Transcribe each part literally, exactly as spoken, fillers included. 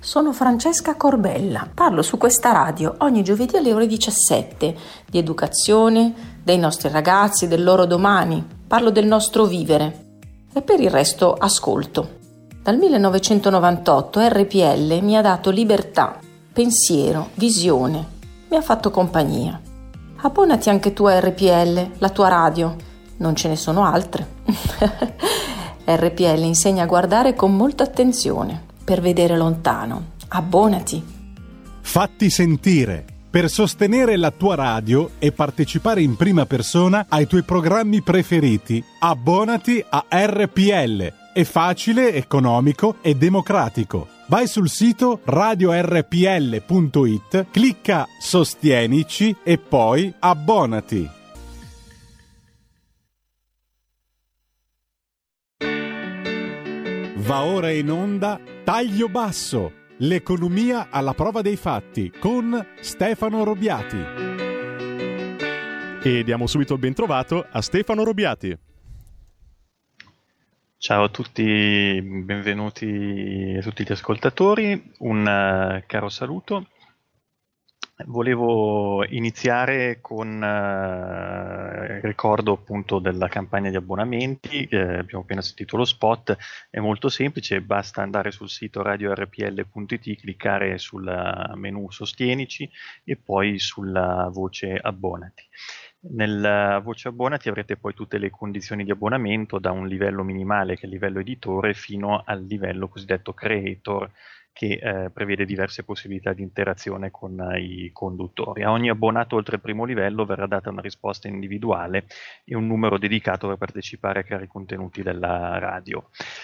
Sono Francesca Corbella, parlo su questa radio ogni giovedì alle ore diciassette di educazione, dei nostri ragazzi, del loro domani, parlo del nostro vivere e per il resto ascolto. Dal millenovecentonovantotto R P L mi ha dato libertà, pensiero, visione, mi ha fatto compagnia. Abbonati anche tu a R P L, la tua radio, non ce ne sono altre. R P L insegna a guardare con molta attenzione, per vedere lontano. Abbonati. Fatti sentire, per sostenere la tua radio e partecipare in prima persona ai tuoi programmi preferiti. Abbonati a R P L. È facile, economico e democratico. Vai sul sito radio erre pi elle punto it, clicca Sostienici e poi abbonati. Va ora in onda Taglio Basso, l'economia alla prova dei fatti con Stefano Robiati. E diamo subito il ben trovato a Stefano Robiati. Ciao a tutti, benvenuti a tutti gli ascoltatori, un uh, caro saluto. Volevo iniziare con uh, il ricordo appunto della campagna di abbonamenti, eh, abbiamo appena sentito lo spot, è molto semplice, basta andare sul sito radio erre pi elle punto it, cliccare sul menu Sostienici e poi sulla voce Abbonati. Nella voce abbonati avrete poi tutte le condizioni di abbonamento, da un livello minimale che è il livello editore fino al livello cosiddetto creator, che eh, prevede diverse possibilità di interazione con eh, i conduttori. A ogni abbonato oltre il primo livello verrà data una risposta individuale e un numero dedicato per partecipare a creare i contenuti della radio.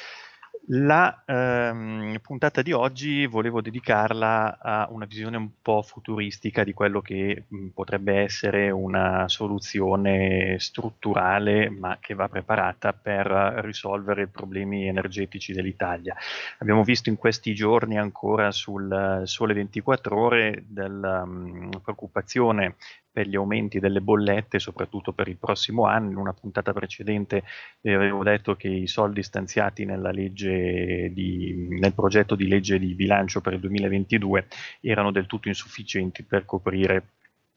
La ehm, puntata di oggi volevo dedicarla a una visione un po' futuristica di quello che mh, potrebbe essere una soluzione strutturale, ma che va preparata per risolvere i problemi energetici dell'Italia. Abbiamo visto in questi giorni ancora sul Sole ventiquattro Ore della mh, preoccupazione per gli aumenti delle bollette, soprattutto per il prossimo anno. In una puntata precedente vi avevo detto che i soldi stanziati nella legge di, nel progetto di legge di bilancio per il duemilaventidue erano del tutto insufficienti per coprire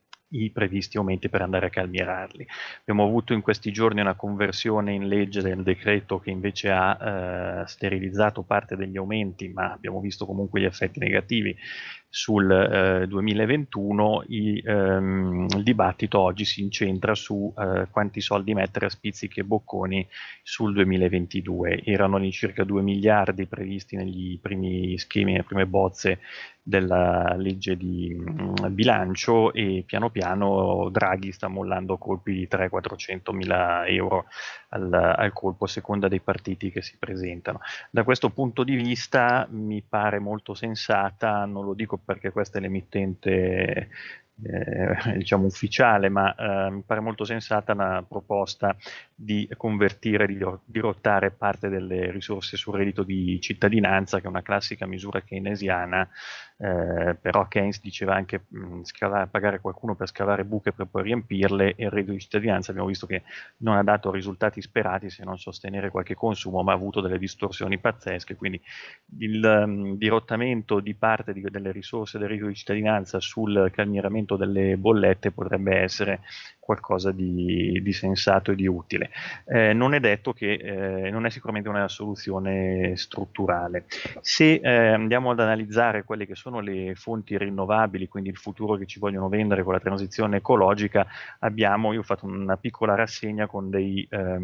i previsti aumenti, per andare a calmierarli. Abbiamo avuto in questi giorni una conversione in legge del decreto che invece ha eh, sterilizzato parte degli aumenti, ma abbiamo visto comunque gli effetti negativi sul eh, duemilaventuno. I, ehm, il dibattito oggi si incentra su eh, quanti soldi mettere a spizzichi e bocconi sul duemilaventidue. Erano all'incirca due miliardi previsti negli primi schemi, nelle prime bozze della legge di mh, bilancio, e piano piano Draghi sta mollando colpi di trecento quattrocento mila euro al, al colpo, a seconda dei partiti che si presentano. Da questo punto di vista mi pare molto sensata, non lo dico perché questa è l'emittente eh, diciamo ufficiale, ma eh, mi pare molto sensata una proposta di convertire, di dirottare parte delle risorse sul reddito di cittadinanza, che è una classica misura keynesiana, eh, però Keynes diceva anche mh, scavare, pagare qualcuno per scavare buche per poi riempirle, e il reddito di cittadinanza abbiamo visto che non ha dato risultati sperati, se non sostenere qualche consumo, ma ha avuto delle distorsioni pazzesche. Quindi il um, dirottamento di parte di, delle risorse del reddito di cittadinanza sul calmieramento delle bollette potrebbe essere qualcosa di, di sensato e di utile. Eh, non è detto che eh, non è sicuramente una soluzione strutturale. Se eh, andiamo ad analizzare quelle che sono le fonti rinnovabili, quindi il futuro che ci vogliono vendere con la transizione ecologica, abbiamo, io ho fatto una piccola rassegna con dei,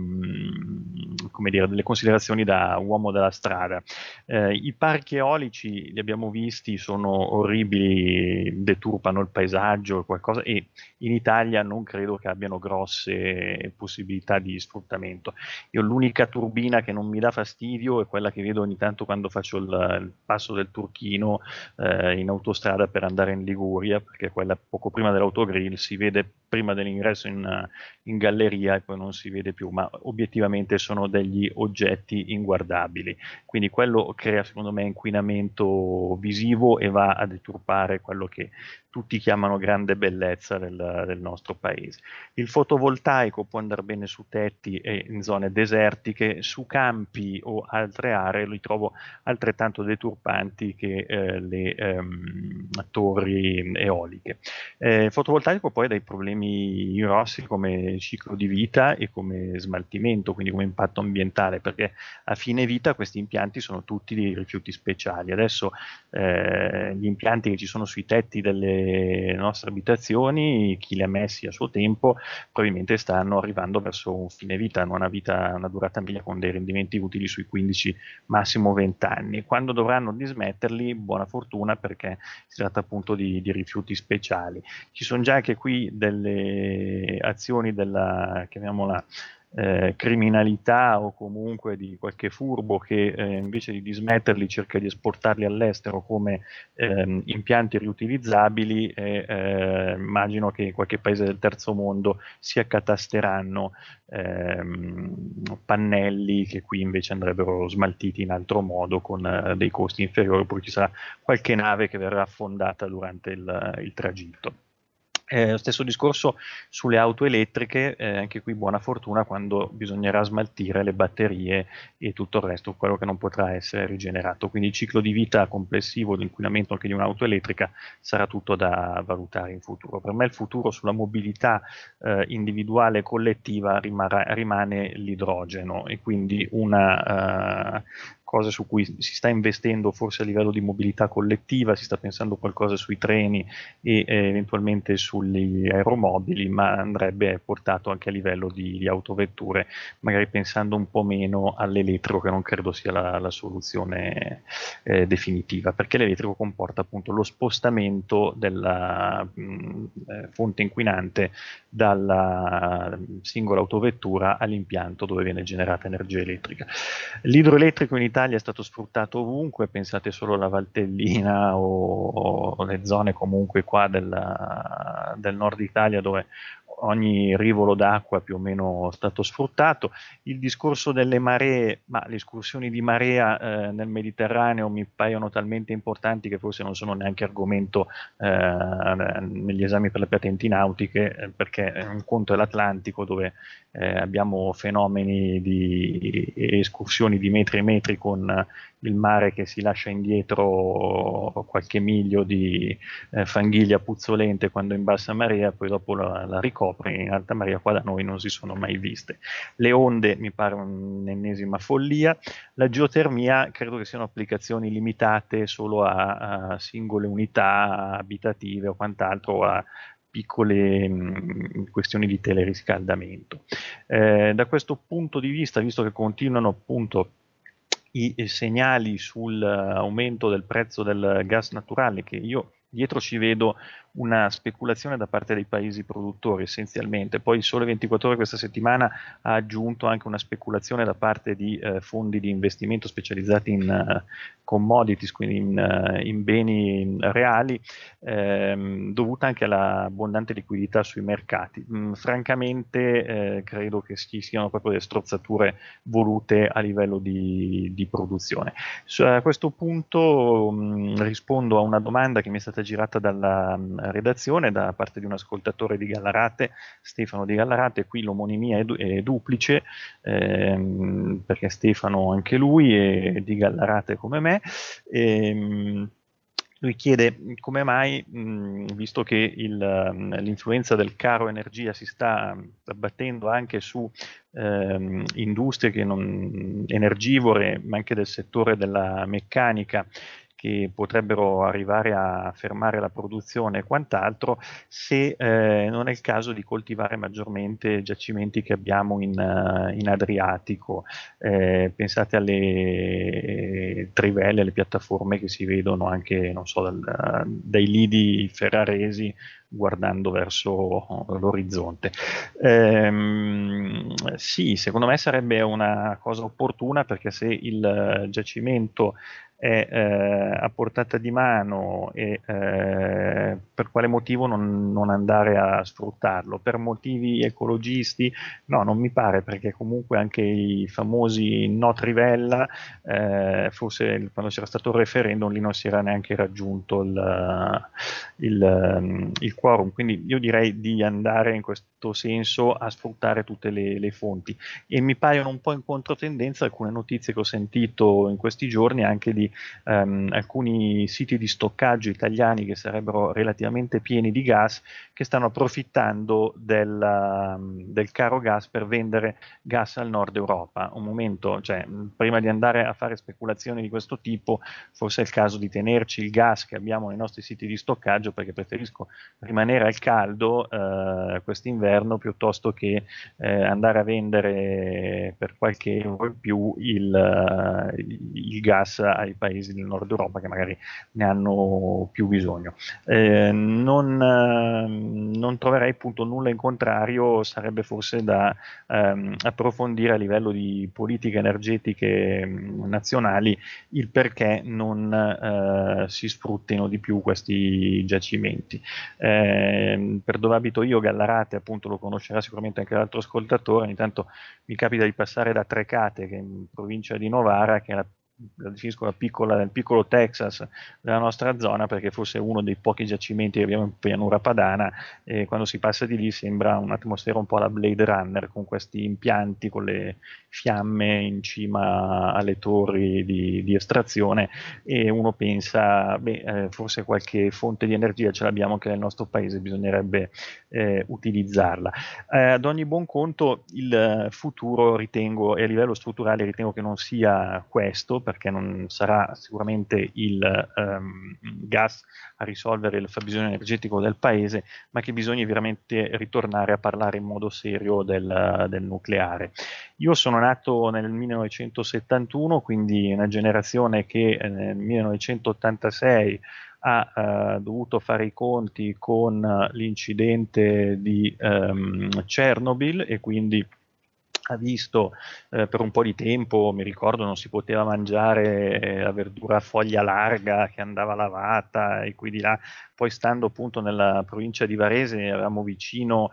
ehm, come dire, delle considerazioni da uomo della strada. Eh, I parchi eolici li abbiamo visti, sono orribili, deturpano il paesaggio, qualcosa, e in Italia non credo che abbiano grosse possibilità di sfruttamento. Io l'unica turbina che non mi dà fastidio è quella che vedo ogni tanto quando faccio il, il passo del Turchino eh, in autostrada per andare in Liguria, perché quella poco prima dell'autogrill si vede prima dell'ingresso in, in galleria e poi non si vede più, ma obiettivamente sono degli oggetti inguardabili. Quindi quello crea secondo me inquinamento visivo e va a deturpare quello che tutti chiamano grande bellezza del, del nostro paese. Il fotovoltaico può andare bene su tetti e in zone desertiche, su campi o altre aree li trovo altrettanto deturpanti che eh, le ehm, torri eoliche. Eh, il fotovoltaico poi ha dei problemi grossi come ciclo di vita e come smaltimento, quindi come impatto ambientale, perché a fine vita questi impianti sono tutti dei rifiuti speciali. Adesso eh, gli impianti che ci sono sui tetti delle nostre abitazioni, chi li ha messi a suo tempo, probabilmente stanno arrivando verso un fine vita, hanno una vita, una durata media con dei rendimenti utili sui quindici, massimo venti anni. Quando dovranno dismetterli, buona fortuna, perché si tratta appunto di, di rifiuti speciali. Ci sono già anche qui delle azioni della, chiamiamola, Eh, criminalità o comunque di qualche furbo che eh, invece di dismetterli cerca di esportarli all'estero come ehm, impianti riutilizzabili e eh, immagino che in qualche paese del terzo mondo si accatasteranno ehm, pannelli che qui invece andrebbero smaltiti in altro modo con eh, dei costi inferiori, oppure ci sarà qualche nave che verrà affondata durante il, il tragitto. Eh, lo stesso discorso sulle auto elettriche, eh, anche qui buona fortuna quando bisognerà smaltire le batterie e tutto il resto, quello che non potrà essere rigenerato. Quindi il ciclo di vita complessivo dell'inquinamento anche di un'auto elettrica sarà tutto da valutare in futuro. Per me il futuro sulla mobilità eh, individuale e collettiva rimarrà, rimane l'idrogeno, e quindi una... Uh, cosa su cui si sta investendo forse a livello di mobilità collettiva, si sta pensando qualcosa sui treni e eh, eventualmente sugli aeromobili, ma andrebbe portato anche a livello di, di autovetture, magari pensando un po' meno all'elettrico, che non credo sia la, la soluzione eh, definitiva, perché l'elettrico comporta appunto lo spostamento della mh, eh, fonte inquinante dalla singola autovettura all'impianto dove viene generata energia elettrica. L'idroelettrico in Italia è stato sfruttato ovunque, pensate solo alla Valtellina o, o le zone comunque qua della, del nord Italia dove ogni rivolo d'acqua più o meno è stato sfruttato. Il discorso delle maree, ma le escursioni di marea eh, nel Mediterraneo mi paiono talmente importanti che forse non sono neanche argomento eh, negli esami per le patenti nautiche, eh, perché un conto è l'Atlantico dove eh, abbiamo fenomeni di escursioni di metri e metri con il mare che si lascia indietro qualche miglio di eh, fanghiglia puzzolente quando in bassa marea, poi dopo la, la ricopre in alta marea. Qua da noi non si sono mai viste. Le onde mi pare un'ennesima follia. La geotermia credo che siano applicazioni limitate solo a, a singole unità abitative o quant'altro, a piccole mh, questioni di teleriscaldamento. Eh, da questo punto di vista, visto che continuano appunto i segnali sull'aumento del prezzo del gas naturale, che io dietro ci vedo una speculazione da parte dei paesi produttori essenzialmente. Poi il Sole ventiquattro Ore questa settimana ha aggiunto anche una speculazione da parte di eh, fondi di investimento specializzati in uh, commodities, quindi in, uh, in beni reali, ehm, dovuta anche all'abbondante liquidità sui mercati. Mm, francamente eh, credo che ci siano proprio delle strozzature volute a livello di, di produzione. So, a questo punto mh, rispondo a una domanda che mi è stata girata dalla redazione da parte di un ascoltatore di Gallarate, Stefano di Gallarate. Qui l'omonimia è, du- è duplice, ehm, perché Stefano anche lui è di Gallarate come me. Ehm, Lui chiede come mai, mh, visto che il, l'influenza del caro energia si sta abbattendo anche su ehm, industrie che non, energivore, ma anche del settore della meccanica, che potrebbero arrivare a fermare la produzione e quant'altro, se eh, non è il caso di coltivare maggiormente giacimenti che abbiamo in, uh, in Adriatico. Eh, pensate alle trivelle, alle piattaforme che si vedono anche, non so, dal, dai lidi ferraresi guardando verso l'orizzonte. Ehm, sì, secondo me sarebbe una cosa opportuna, perché se il giacimento è eh, a portata di mano e eh, per quale motivo non, non andare a sfruttarlo? Per motivi ecologisti? No, non mi pare, perché comunque anche i famosi no trivella, eh, forse quando c'era stato il referendum lì non si era neanche raggiunto il, il, il quorum, quindi io direi di andare in questo senso a sfruttare tutte le, le fonti. E mi paiono un po' in controtendenza alcune notizie che ho sentito in questi giorni anche di um, alcuni siti di stoccaggio italiani che sarebbero relativamente pieni di gas, che stanno approfittando del, del caro gas per vendere gas al nord Europa. Un momento, cioè, prima di andare a fare speculazioni di questo tipo, forse è il caso di tenerci il gas che abbiamo nei nostri siti di stoccaggio, perché preferisco rimanere al caldo eh, quest'inverno piuttosto che eh, andare a vendere per qualche euro in più il, il gas ai paesi del nord Europa che magari ne hanno più bisogno. Eh, non, eh, non troverei appunto nulla in contrario, sarebbe forse da ehm, approfondire a livello di politiche energetiche mh, nazionali il perché non eh, si sfruttino di più questi giacimenti. Eh, per dove abito io, Gallarate, appunto, lo conoscerà sicuramente anche l'altro ascoltatore, ogni tanto mi capita di passare da Trecate, che è in provincia di Novara, che è la la definisco la piccola, il piccolo Texas della nostra zona, perché fosse uno dei pochi giacimenti che abbiamo in pianura padana, e quando si passa di lì sembra un'atmosfera un po' alla Blade Runner, con questi impianti con le fiamme in cima alle torri di, di estrazione, e uno pensa, beh, eh, forse qualche fonte di energia ce l'abbiamo che nel nostro paese bisognerebbe eh, utilizzarla. Eh, ad ogni buon conto il futuro ritengo, e a livello strutturale ritengo che non sia questo, perché non sarà sicuramente il um, gas a risolvere il fabbisogno energetico del paese, ma che bisogna veramente ritornare a parlare in modo serio del, del nucleare. Io sono nato nel millenovecentosettantuno, quindi una generazione che nel millenovecentottantasei ha uh, dovuto fare i conti con l'incidente di um, Chernobyl, e quindi ha visto eh, per un po' di tempo, mi ricordo, non si poteva mangiare eh, la verdura a foglia larga che andava lavata, e qui di là. Poi, stando appunto nella provincia di Varese, eravamo vicino,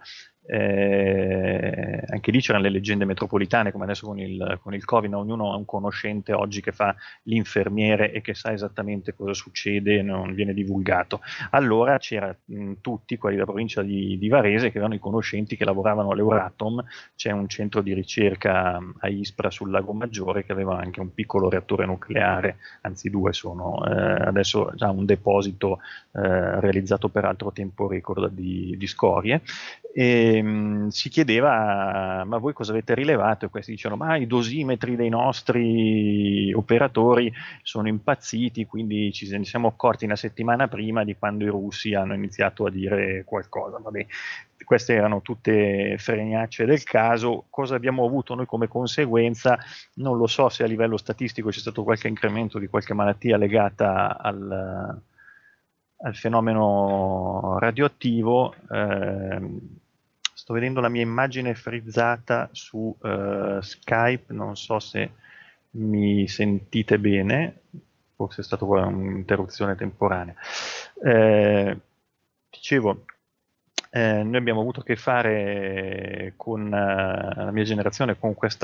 eh, anche lì c'erano le leggende metropolitane, come adesso con il, con il Covid, ognuno ha un conoscente oggi che fa l'infermiere e che sa esattamente cosa succede, non viene divulgato. Allora c'era mh, tutti quelli della provincia di, di Varese che avevano i conoscenti che lavoravano all'Euratom. C'è un centro di ricerca a Ispra sul Lago Maggiore che aveva anche un piccolo reattore nucleare, anzi due sono, eh, adesso già un deposito eh, realizzato per altro tempo record di, di scorie. E mh, si chiedeva: ma voi cosa avete rilevato? E questi dicevano: ma i dosimetri dei nostri operatori sono impazziti, quindi ci ne siamo accorti una settimana prima di quando i russi hanno iniziato a dire qualcosa. Vabbè, queste erano tutte fregnacce del caso. Cosa abbiamo avuto noi come conseguenza? Non lo so se a livello statistico c'è stato qualche incremento di qualche malattia legata al, al fenomeno radioattivo. Eh, sto vedendo la mia immagine frizzata su uh, Skype, non so se mi sentite bene, forse è stata un'interruzione temporanea. Eh, dicevo, Eh, noi abbiamo avuto a che fare con uh, la mia generazione con questo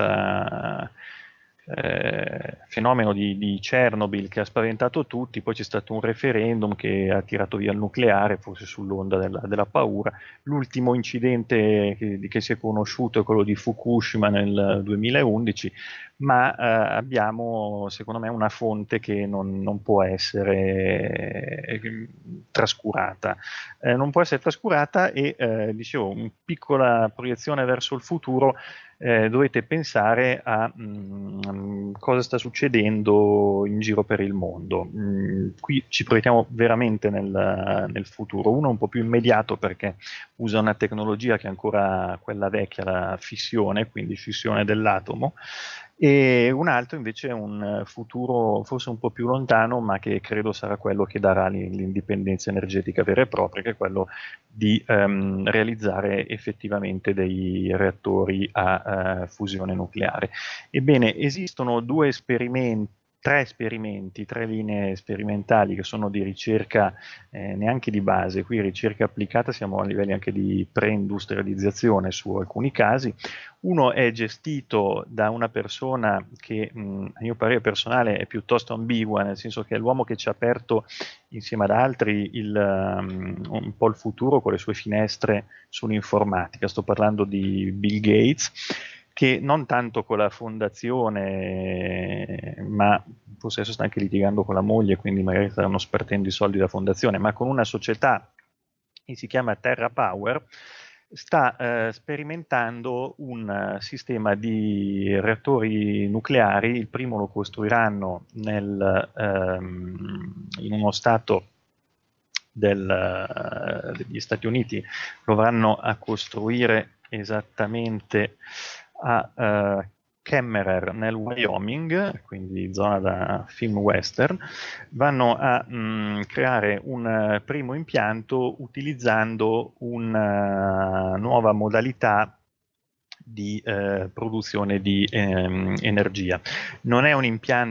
eh, fenomeno di, di Chernobyl che ha spaventato tutti. Poi c'è stato un referendum che ha tirato via il nucleare, forse sull'onda della, della paura. L'ultimo incidente che, che si è conosciuto è quello di Fukushima nel duemilaundici, ma eh, abbiamo secondo me una fonte che non, non può essere eh, trascurata. Eh, non può essere trascurata e eh, dicevo, una piccola proiezione verso il futuro. Eh, dovete pensare a mh, cosa sta succedendo in giro per il mondo. Mh, qui ci proiettiamo veramente nel, nel futuro. Uno un po' più immediato, perché usa una tecnologia che è ancora quella vecchia, la fissione, quindi fissione dell'atomo, e un altro invece è un futuro forse un po' più lontano, ma che credo sarà quello che darà l'indipendenza energetica vera e propria, che è quello di um, realizzare effettivamente dei reattori a uh, fusione nucleare. Ebbene, esistono due esperimenti tre esperimenti, tre linee sperimentali che sono di ricerca eh, neanche di base, qui ricerca applicata, siamo a livelli anche di pre-industrializzazione su alcuni casi. Uno è gestito da una persona che mh, a mio parere personale è piuttosto ambigua, nel senso che è l'uomo che ci ha aperto insieme ad altri il, um, un po' il futuro con le sue finestre sull'informatica. Sto parlando di Bill Gates, che non tanto con la fondazione, ma forse adesso sta anche litigando con la moglie, quindi magari staranno spartendo i soldi della fondazione, ma con una società che si chiama Terra Power, sta eh, sperimentando un uh, sistema di reattori nucleari. Il primo lo costruiranno nel, um, in uno stato del, uh, degli Stati Uniti, lo vanno a costruire esattamente a uh, Kemmerer nel Wyoming, quindi zona da film western. Vanno a mh, creare un uh, primo impianto utilizzando una nuova modalità di eh, produzione di ehm, energia. Non è un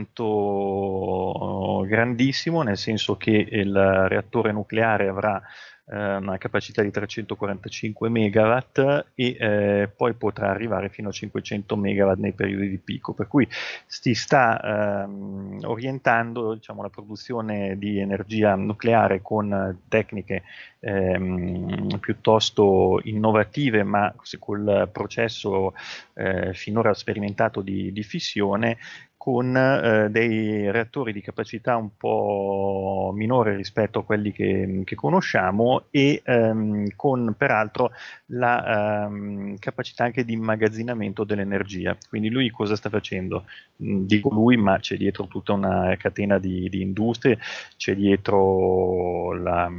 impianto grandissimo, nel senso che il reattore nucleare avrà una capacità di trecentoquarantacinque megawatt e eh, poi potrà arrivare fino a cinquecento megawatt nei periodi di picco, per cui si sta ehm, orientando, diciamo, la produzione di energia nucleare con tecniche ehm, piuttosto innovative, ma col processo eh, finora sperimentato di, di fissione, con eh, dei reattori di capacità un po' minore rispetto a quelli che, che conosciamo e ehm, con peraltro la ehm, capacità anche di immagazzinamento dell'energia. Quindi lui cosa sta facendo? Mm, dico lui, ma c'è dietro tutta una catena di, di industrie, c'è dietro la,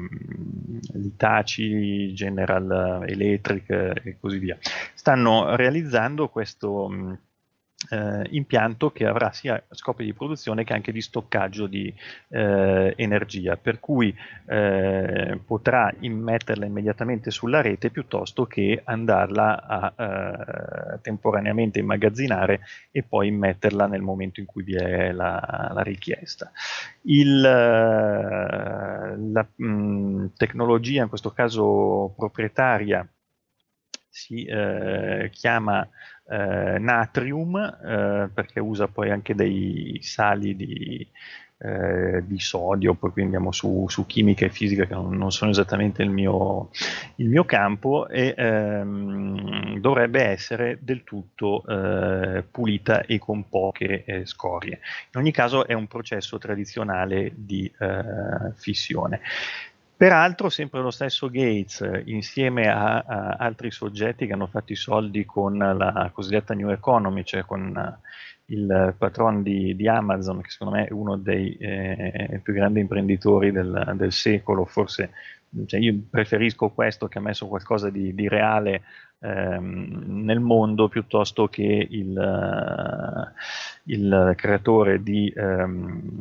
l'Hitachi, General Electric e così via. Stanno realizzando questo Eh, impianto che avrà sia scopi di produzione che anche di stoccaggio di eh, energia, per cui eh, potrà immetterla immediatamente sulla rete piuttosto che andarla a eh, temporaneamente immagazzinare e poi immetterla nel momento in cui vi è la, la richiesta. Il, la mh, tecnologia, in questo caso proprietaria, si eh, chiama eh, natrium eh, perché usa poi anche dei sali di, eh, di sodio, poi qui andiamo su, su chimica e fisica che non, non sono esattamente il mio, il mio campo, e ehm, dovrebbe essere del tutto eh, pulita e con poche eh, scorie. In ogni caso è un processo tradizionale di eh, fissione. Peraltro sempre lo stesso Gates, insieme a, a altri soggetti che hanno fatto i soldi con la cosiddetta New Economy, cioè con uh, il patron di, di Amazon, che secondo me è uno dei eh, più grandi imprenditori del, del secolo, forse, cioè io preferisco questo che ha messo qualcosa di, di reale ehm, nel mondo piuttosto che il, uh, il creatore di ehm,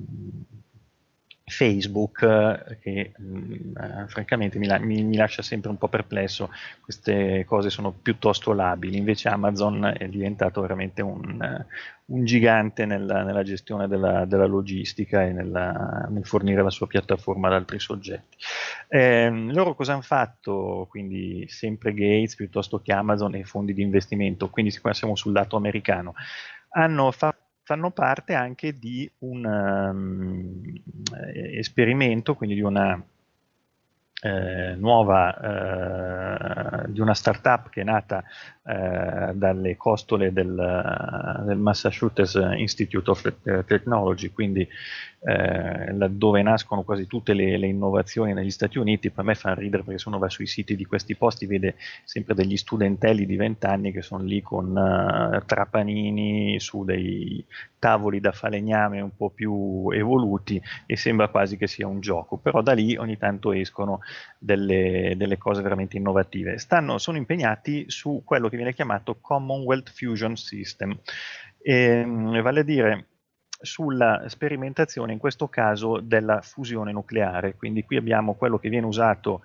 Facebook, che mh, francamente mi, la- mi- mi lascia sempre un po' perplesso. Queste cose sono piuttosto labili, invece Amazon è diventato veramente un, un gigante nella, nella gestione della, della logistica e nella, nel fornire la sua piattaforma ad altri soggetti. Eh, loro cosa hanno fatto? Quindi sempre Gates piuttosto che Amazon e fondi di investimento, quindi qua siamo sul lato americano. Hanno fatto fanno parte anche di un um, esperimento, quindi di una eh, nuova, eh, di una startup che è nata eh, dalle costole del, del Massachusetts Institute of Technology, quindi eh, dove nascono quasi tutte le, le innovazioni negli Stati Uniti. Per me fa ridere perché se uno va sui siti di questi posti vede sempre degli studentelli di vent'anni che sono lì con uh, trapanini su dei tavoli da falegname un po' più evoluti e sembra quasi che sia un gioco, però da lì ogni tanto escono delle, delle cose veramente innovative. Stanno, sono impegnati su quello che viene chiamato Commonwealth Fusion System, e, vale a dire sulla sperimentazione in questo caso della fusione nucleare. Quindi qui abbiamo quello che viene usato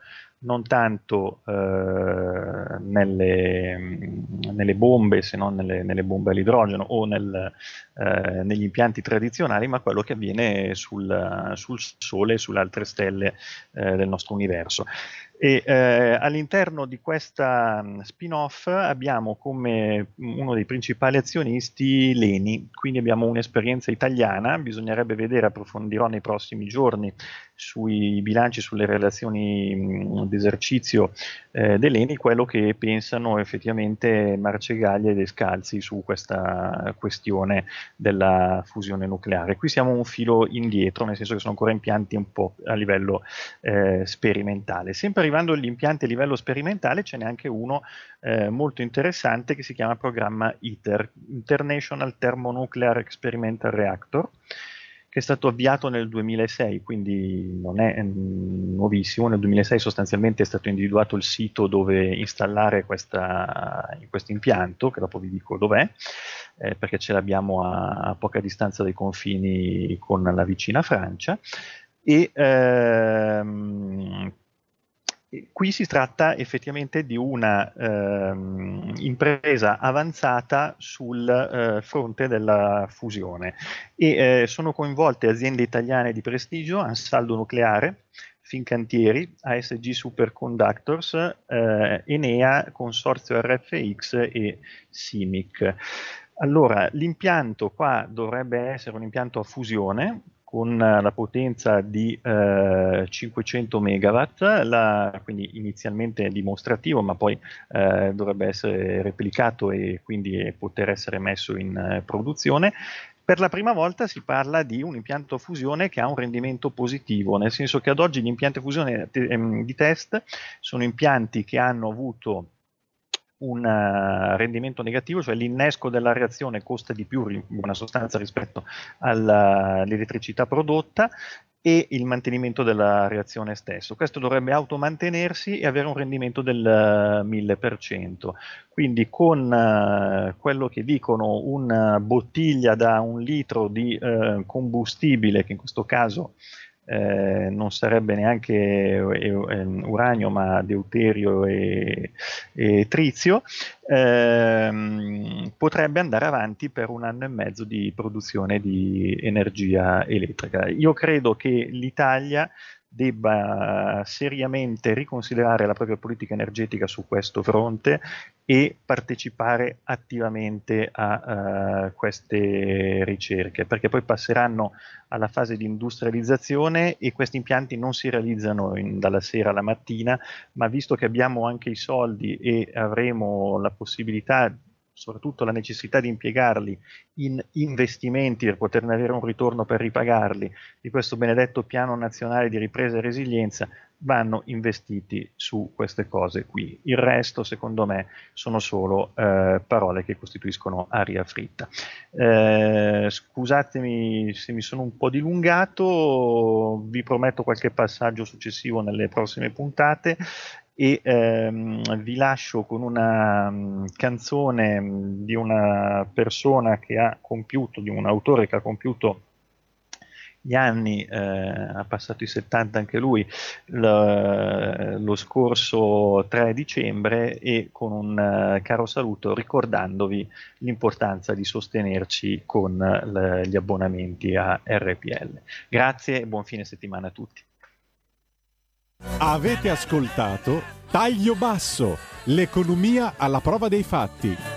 non tanto eh, nelle, nelle bombe, se non nelle, nelle bombe all'idrogeno o nel, eh, negli impianti tradizionali, ma quello che avviene sul, sul Sole e sulle altre stelle eh, del nostro universo. E eh, all'interno di questa spin-off abbiamo come uno dei principali azionisti l'Eni, quindi abbiamo un'esperienza italiana. Bisognerebbe vedere, approfondirò nei prossimi giorni sui bilanci, sulle relazioni d'esercizio eh, dell'Eni, quello che pensano effettivamente Marcegaglia e Descalzi su questa questione della fusione nucleare. Qui siamo un filo indietro, nel senso che sono ancora impianti un po' a livello eh, sperimentale. Sempre arrivando agli impianti a livello sperimentale, ce n'è anche uno eh, molto interessante che si chiama programma ITER, International Thermonuclear Experimental Reactor, che è stato avviato nel duemilasei, quindi non è mm, nuovissimo. Nel duemilasei sostanzialmente è stato individuato il sito dove installare questa, questo impianto, che dopo vi dico dov'è, eh, perché ce l'abbiamo a, a poca distanza dai confini con la vicina Francia. E ehm, qui si tratta effettivamente di una ehm, impresa avanzata sul eh, fronte della fusione e eh, sono coinvolte aziende italiane di prestigio, Ansaldo Nucleare, Fincantieri, A S G Superconductors, eh, Enea, Consorzio R F X e Simic. Allora, l'impianto qua dovrebbe essere un impianto a fusione con la potenza di eh, cinquecento megawatt, la, quindi inizialmente dimostrativo, ma poi eh, dovrebbe essere replicato e quindi poter essere messo in eh, produzione. Per la prima volta si parla di un impianto a fusione che ha un rendimento positivo, nel senso che ad oggi gli impianti a fusione te- di test sono impianti che hanno avuto un uh, rendimento negativo, cioè l'innesco della reazione costa di più in buona sostanza rispetto alla, all'elettricità prodotta e il mantenimento della reazione stesso. Questo dovrebbe automantenersi e avere un rendimento del uh, mille per cento. Quindi con uh, quello che dicono una bottiglia da un litro di uh, combustibile, che in questo caso Eh, non sarebbe neanche eh, uranio ma deuterio e, e trizio, ehm, potrebbe andare avanti per un anno e mezzo di produzione di energia elettrica. Io credo che l'Italia debba seriamente riconsiderare la propria politica energetica su questo fronte e partecipare attivamente a uh, queste ricerche, perché poi passeranno alla fase di industrializzazione e questi impianti non si realizzano in, dalla sera alla mattina, ma visto che abbiamo anche i soldi e avremo la possibilità, soprattutto la necessità di impiegarli in investimenti per poterne avere un ritorno per ripagarli, di questo benedetto piano nazionale di ripresa e resilienza, vanno investiti su queste cose qui. Il resto, secondo me, sono solo eh, parole che costituiscono aria fritta. Eh, scusatemi se mi sono un po' dilungato, vi prometto qualche passaggio successivo nelle prossime puntate. E ehm, vi lascio con una um, canzone um, di una persona che ha compiuto, di un autore che ha compiuto gli anni, eh, ha passato i settanta anche lui, l- lo scorso tre dicembre, e con un uh, caro saluto ricordandovi l'importanza di sostenerci con l- gli abbonamenti a R P L. Grazie e buon fine settimana a tutti. Avete ascoltato Taglio Basso, l'economia alla prova dei fatti.